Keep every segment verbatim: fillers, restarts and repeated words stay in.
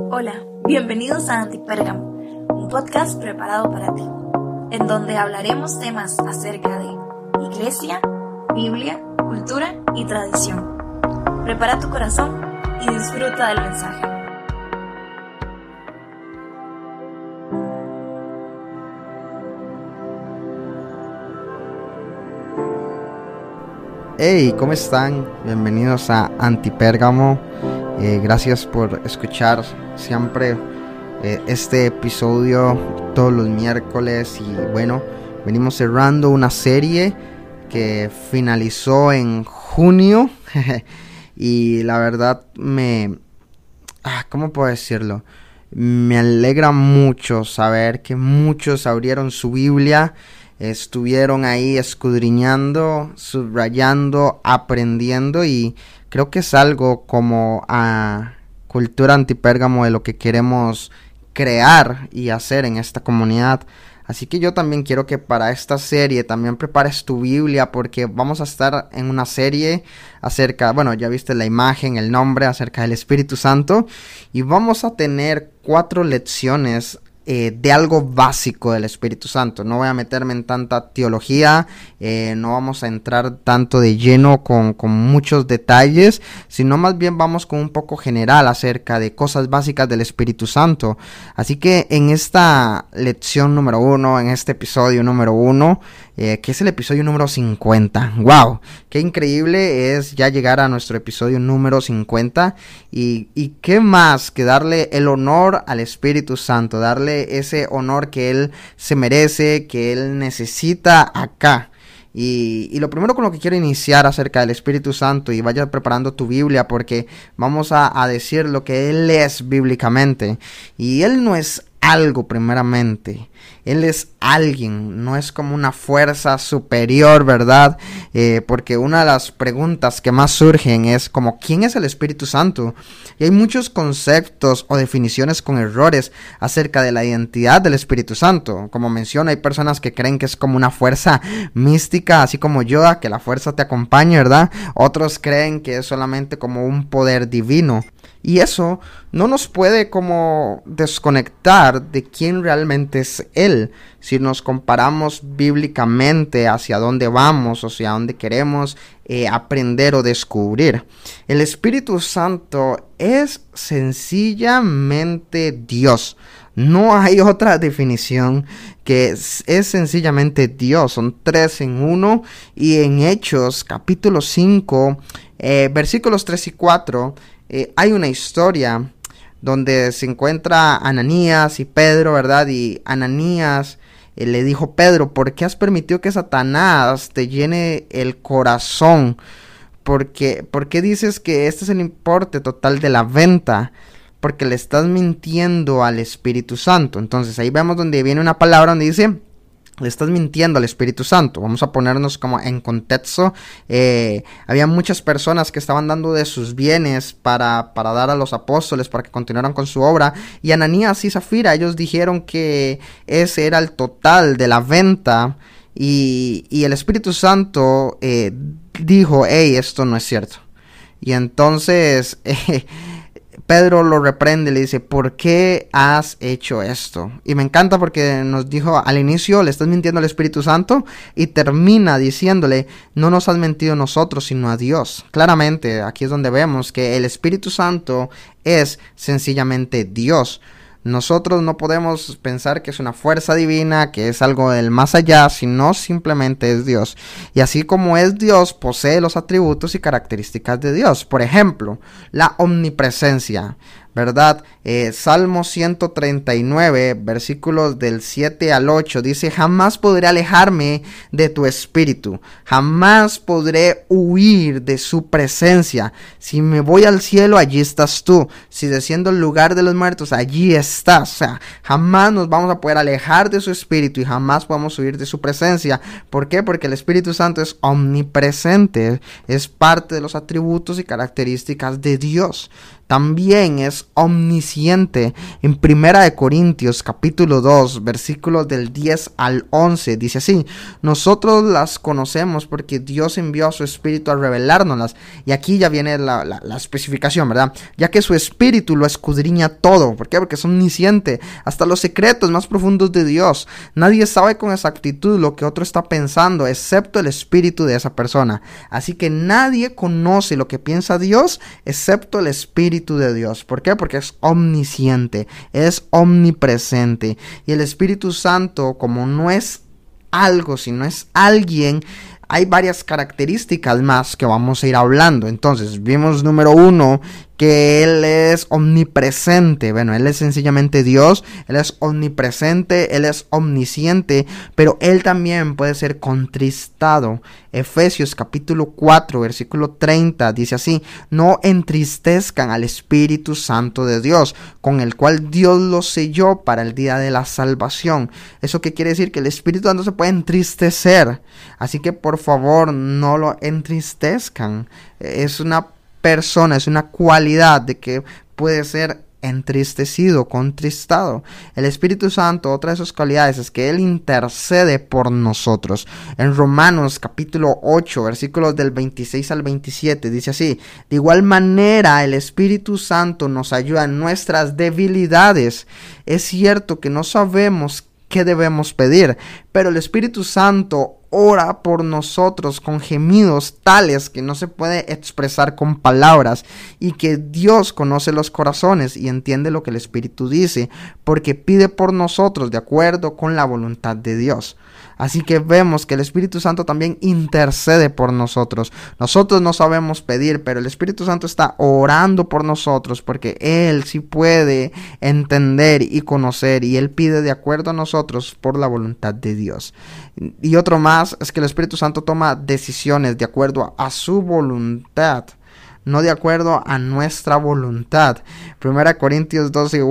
Hola, bienvenidos a Antipérgamo, un podcast preparado para ti, en donde hablaremos temas acerca de iglesia, Biblia, cultura y tradición. Prepara tu corazón y disfruta del mensaje. Hey, ¿cómo están? Bienvenidos a Antipérgamo. Eh, gracias por escuchar siempre eh, este episodio todos los miércoles. Y bueno, venimos cerrando una serie que finalizó en junio. Y la verdad me... Ah, ¿cómo puedo decirlo? Me alegra mucho saber que muchos abrieron su Biblia, estuvieron ahí escudriñando, subrayando, aprendiendo, y creo que es algo como a cultura Antipérgamo de lo que queremos crear y hacer en esta comunidad. Así que yo también quiero que para esta serie también prepares tu Biblia, porque vamos a estar en una serie acerca, bueno, ya viste la imagen, el nombre, acerca del Espíritu Santo, y vamos a tener cuatro lecciones Eh, de algo básico del Espíritu Santo. No voy a meterme en tanta teología, eh, no vamos a entrar tanto de lleno con, con muchos detalles, sino más bien vamos con un poco general acerca de cosas básicas del Espíritu Santo. Así que en esta lección número uno, en este episodio número uno, eh, que es el episodio número cincuenta, wow, qué increíble es ya llegar a nuestro episodio número cincuenta, y, y qué más que darle el honor al Espíritu Santo, darle ese honor que Él se merece, que Él necesita acá. Y, y lo primero con lo que quiero iniciar acerca del Espíritu Santo, y vaya preparando tu Biblia porque vamos a, a decir lo que Él es bíblicamente. Y Él no es algo primeramente, Él es alguien, no es como una fuerza superior, ¿verdad? Eh, porque una de las preguntas que más surgen es como, ¿quién es el Espíritu Santo? Y hay muchos conceptos o definiciones con errores acerca de la identidad del Espíritu Santo. Como menciono, hay personas que creen que es como una fuerza mística, así como Yoda, que la fuerza te acompaña, ¿verdad? Otros creen que es solamente como un poder divino. Y eso no nos puede como desconectar de quién realmente es Él. Si nos comparamos bíblicamente hacia dónde vamos o hacia dónde queremos eh, aprender o descubrir. El Espíritu Santo es sencillamente Dios. No hay otra definición, que es, es sencillamente Dios. Son tres en uno. Y en Hechos capítulo cinco, eh, versículos tres y cuatro, eh, hay una historia donde se encuentra Ananías y Pedro, ¿verdad? Y Ananías eh, le dijo: Pedro, ¿por qué has permitido que Satanás te llene el corazón? Porque, ¿por qué dices que este es el importe total de la venta? Porque le estás mintiendo al Espíritu Santo. Entonces ahí vemos donde viene una palabra donde dice: le estás mintiendo al Espíritu Santo. Vamos a ponernos como en contexto. Eh, había muchas personas que estaban dando de sus bienes para, para dar a los apóstoles, para que continuaran con su obra. Y Ananías y Zafira, ellos dijeron que ese era el total de la venta. Y, y el Espíritu Santo eh, dijo: hey, esto no es cierto. Y entonces... Eh, Pedro lo reprende y le dice: ¿por qué has hecho esto? Y me encanta porque nos dijo al inicio: le estás mintiendo al Espíritu Santo, y termina diciéndole: no nos has mentido a nosotros, sino a Dios. Claramente, aquí es donde vemos que el Espíritu Santo es sencillamente Dios. Nosotros no podemos pensar que es una fuerza divina, que es algo del más allá, sino simplemente es Dios. Y así como es Dios, posee los atributos y características de Dios. Por ejemplo, la omnipresencia, ¿verdad? Eh, Salmo ciento treinta y nueve, versículos del siete al ocho, dice: jamás podré alejarme de tu espíritu, jamás podré huir de su presencia. Si me voy al cielo, allí estás tú. Si desciendo al lugar de los muertos, allí estás. O sea, jamás nos vamos a poder alejar de su espíritu y jamás podemos huir de su presencia. ¿Por qué? Porque el Espíritu Santo es omnipresente, es parte de los atributos y características de Dios. también es omnisciente. En Primera de Corintios capítulo dos, versículos del diez al once, dice así: nosotros las conocemos porque Dios envió a su Espíritu a revelárnoslas. Y aquí ya viene la, la, la especificación, ¿verdad? Ya que su Espíritu lo escudriña todo. ¿Por qué? Porque es omnisciente, hasta los secretos más profundos de Dios. Nadie sabe con exactitud lo que otro está pensando, excepto el Espíritu de esa persona. Así que nadie conoce lo que piensa Dios, excepto el Espíritu de Dios. ¿Por qué? Porque es omnisciente, es omnipresente. Y el Espíritu Santo, como no es algo, sino es alguien, hay varias características más que vamos a ir hablando. Entonces, vimos número uno, que Él es omnipresente. Bueno, Él es sencillamente Dios, Él es omnipresente, Él es omnisciente, pero Él también puede ser contristado. Efesios capítulo cuatro, versículo treinta, dice así: no entristezcan al Espíritu Santo de Dios, con el cual Dios los selló para el día de la salvación. ¿Eso qué quiere decir? Que el Espíritu Santo se puede entristecer. Así que por favor, no lo entristezcan. Es una persona, es una cualidad de que puede ser entristecido, contristado. El Espíritu Santo, otra de sus cualidades es que Él intercede por nosotros. En Romanos capítulo ocho, versículos del veintiséis al veintisiete, dice así: de igual manera el Espíritu Santo nos ayuda en nuestras debilidades. Es cierto que no sabemos qué debemos pedir, pero el Espíritu Santo ora por nosotros con gemidos tales que no se puede expresar con palabras, y que Dios conoce los corazones y entiende lo que el Espíritu dice, porque pide por nosotros de acuerdo con la voluntad de Dios. Así que vemos que el Espíritu Santo también intercede por nosotros. Nosotros no sabemos pedir, pero el Espíritu Santo está orando por nosotros, porque Él sí puede entender y conocer, y Él pide de acuerdo a nosotros por la voluntad de Dios. Y otro más es que el Espíritu Santo toma decisiones de acuerdo a su voluntad, no de acuerdo a nuestra voluntad. Primera Corintios doce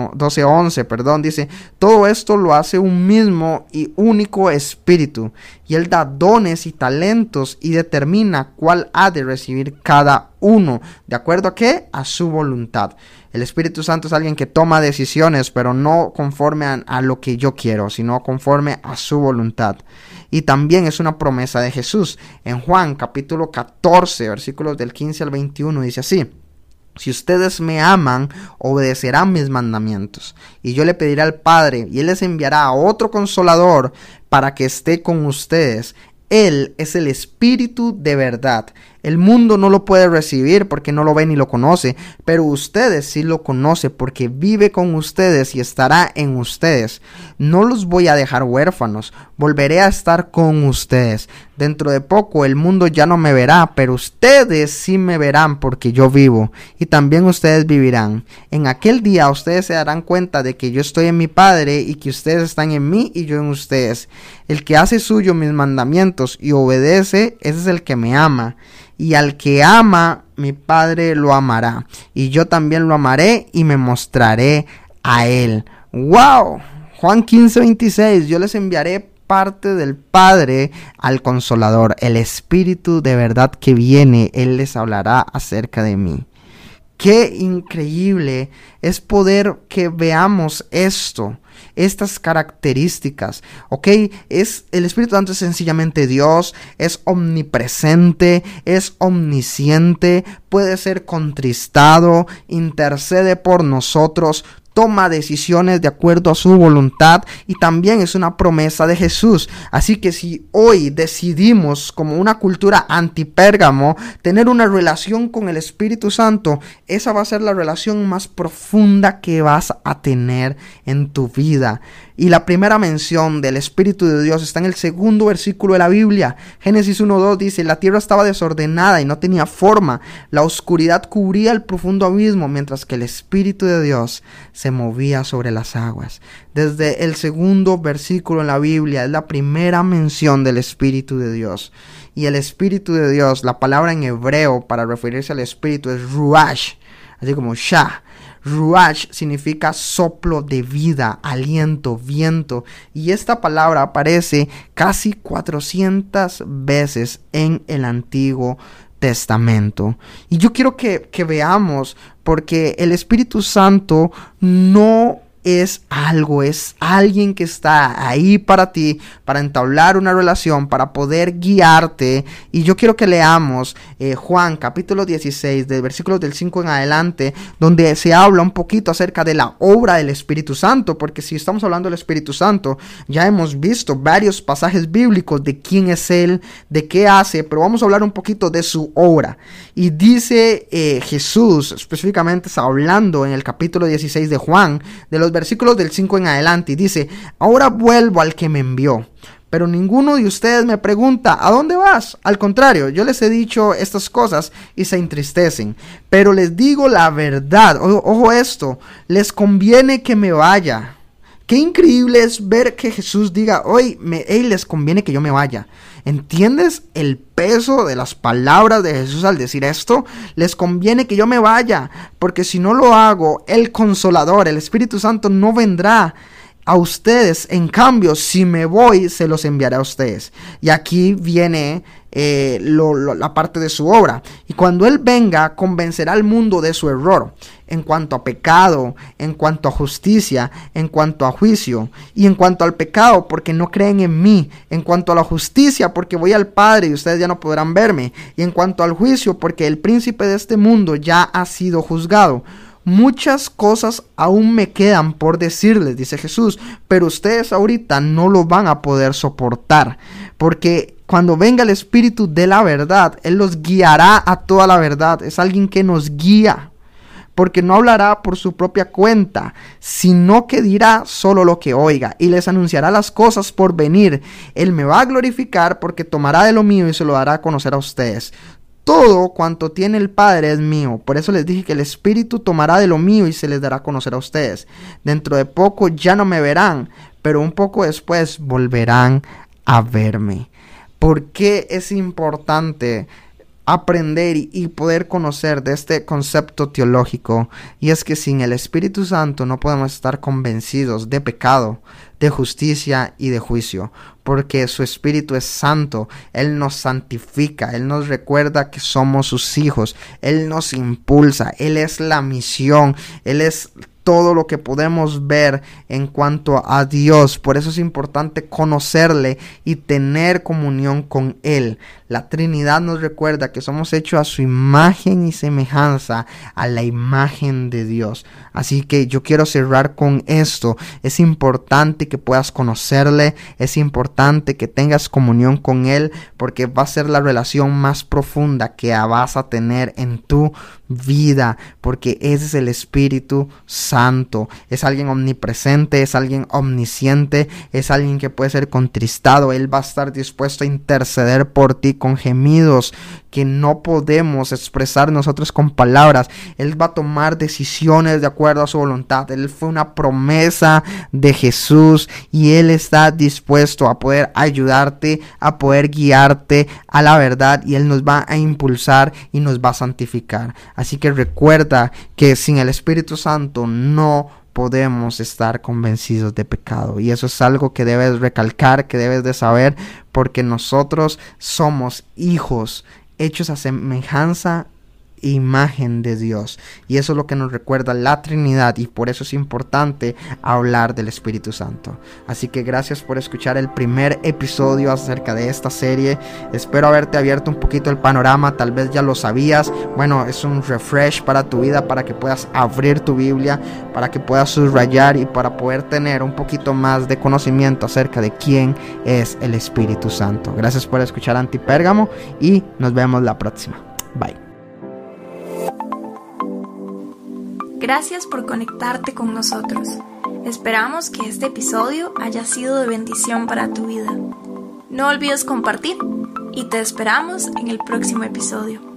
once, perdón, dice: todo esto lo hace un mismo y único Espíritu, y Él da dones y talentos y determina cuál ha de recibir cada uno. ¿De acuerdo a qué? A su voluntad. El Espíritu Santo es alguien que toma decisiones, pero no conforme a, a lo que yo quiero, sino conforme a su voluntad. Y también es una promesa de Jesús. En Juan capítulo catorce, versículos del quince al veintiuno, dice así: si ustedes me aman, obedecerán mis mandamientos. Y yo le pediré al Padre, y Él les enviará a otro Consolador para que esté con ustedes. Él es el Espíritu de verdad. El mundo no lo puede recibir porque no lo ve ni lo conoce, pero ustedes sí lo conocen porque vive con ustedes y estará en ustedes. No los voy a dejar huérfanos, volveré a estar con ustedes. Dentro de poco el mundo ya no me verá, pero ustedes sí me verán porque yo vivo, y también ustedes vivirán. En aquel día ustedes se darán cuenta de que yo estoy en mi Padre y que ustedes están en mí y yo en ustedes. El que hace suyo mis mandamientos y obedece, ese es el que me ama. Y al que ama, mi Padre lo amará, y yo también lo amaré y me mostraré a él. ¡Wow! Juan quince veintiséis, yo les enviaré parte del Padre al Consolador, el Espíritu de verdad que viene, Él les hablará acerca de mí. Qué increíble es poder que veamos esto, estas características, ¿ok? Es, el Espíritu Santo es sencillamente Dios, es omnipresente, es omnisciente, puede ser contristado, intercede por nosotros, toma decisiones de acuerdo a su voluntad, y también es una promesa de Jesús. Así que si hoy decidimos, como una cultura anti-Pérgamo, tener una relación con el Espíritu Santo, esa va a ser la relación más profunda que vas a tener en tu vida. Y la primera mención del Espíritu de Dios está en el segundo versículo de la Biblia. Génesis uno dos dice: la tierra estaba desordenada y no tenía forma, la oscuridad cubría el profundo abismo, mientras que el Espíritu de Dios se movía sobre las aguas. Desde el segundo versículo en la Biblia es la primera mención del Espíritu de Dios. Y el Espíritu de Dios, la palabra en hebreo para referirse al Espíritu es ruach, así como shah. Ruach significa soplo de vida, aliento, viento, y esta palabra aparece casi cuatrocientas veces en el Antiguo Testamento. Y yo quiero que, que veamos, porque el Espíritu Santo no es algo, es alguien que está ahí para ti, para entablar una relación, para poder guiarte. Y yo quiero que leamos eh, Juan capítulo dieciséis, del versículo del cinco en adelante, donde se habla un poquito acerca de la obra del Espíritu Santo, porque si estamos hablando del Espíritu Santo, ya hemos visto varios pasajes bíblicos de quién es Él, de qué hace, pero vamos a hablar un poquito de su obra. Y dice eh, Jesús, específicamente está hablando en el capítulo dieciséis de Juan, de los versículos del cinco en adelante, y dice: ahora vuelvo al que me envió, pero ninguno de ustedes me pregunta: ¿a dónde vas? Al contrario, yo les he dicho estas cosas y se entristecen, pero les digo la verdad. O, ojo esto, les conviene que me vaya. Qué increíble es ver que Jesús diga: hoy me, hey, les conviene que yo me vaya. ¿Entiendes el peso de las palabras de Jesús al decir esto? Les conviene que yo me vaya, porque si no lo hago, el Consolador, el Espíritu Santo, no vendrá a ustedes. En cambio, si me voy, se los enviaré a ustedes. Y aquí viene eh, lo, lo, la parte de su obra. Y cuando Él venga, convencerá al mundo de su error, en cuanto a pecado, en cuanto a justicia, en cuanto a juicio. Y en cuanto al pecado, porque no creen en mí. En cuanto a la justicia, porque voy al Padre y ustedes ya no podrán verme. Y en cuanto al juicio, porque el príncipe de este mundo ya ha sido juzgado. Muchas cosas aún me quedan por decirles, dice Jesús, pero ustedes ahorita no lo van a poder soportar, porque cuando venga el Espíritu de la verdad, Él los guiará a toda la verdad. Es alguien que nos guía, porque no hablará por su propia cuenta, sino que dirá solo lo que oiga, y les anunciará las cosas por venir. Él me va a glorificar, porque tomará de lo mío y se lo dará a conocer a ustedes. Todo cuanto tiene el Padre es mío. Por eso les dije que el Espíritu tomará de lo mío y se les dará a conocer a ustedes. Dentro de poco ya no me verán, pero un poco después volverán a verme. ¿Por qué es importante aprender y poder conocer de este concepto teológico? Y es que sin el Espíritu Santo no podemos estar convencidos de pecado, de justicia y de juicio, porque su Espíritu es santo. Él nos santifica, Él nos recuerda que somos sus hijos, Él nos impulsa, Él es la misión, Él es todo lo que podemos ver en cuanto a Dios. Por eso es importante conocerle y tener comunión con Él. La Trinidad nos recuerda que somos hechos a su imagen y semejanza, a la imagen de Dios. Así que yo quiero cerrar con esto. Es importante que puedas conocerle, es importante que tengas comunión con Él, porque va a ser la relación más profunda que vas a tener en tu vida, porque ese es el Espíritu Santo. Es alguien omnipresente, es alguien omnisciente, es alguien que puede ser contristado. Él va a estar dispuesto a interceder por ti con gemidos que no podemos expresar nosotros con palabras. Él va a tomar decisiones de acuerdo a su voluntad. Él fue una promesa de Jesús y Él está dispuesto a poder ayudarte, a poder guiarte a la verdad, y Él nos va a impulsar y nos va a santificar. Así que recuerda que sin el Espíritu Santo no podemos estar convencidos de pecado, y eso es algo que debes recalcar, que debes de saber, porque nosotros somos hijos hechos a semejanza e imagen de Dios, y eso es lo que nos recuerda la Trinidad, y por eso es importante hablar del Espíritu Santo. Así que gracias por escuchar el primer episodio acerca de esta serie. Espero haberte abierto un poquito el panorama. Tal vez ya lo sabías. Bueno, es un refresh para tu vida, para que puedas abrir tu Biblia, para que puedas subrayar y para poder tener un poquito más de conocimiento acerca de quién es el Espíritu Santo. Gracias por escuchar Antipérgamo y nos vemos la próxima. Bye. Gracias por conectarte con nosotros. Esperamos que este episodio haya sido de bendición para tu vida. No olvides compartir y te esperamos en el próximo episodio.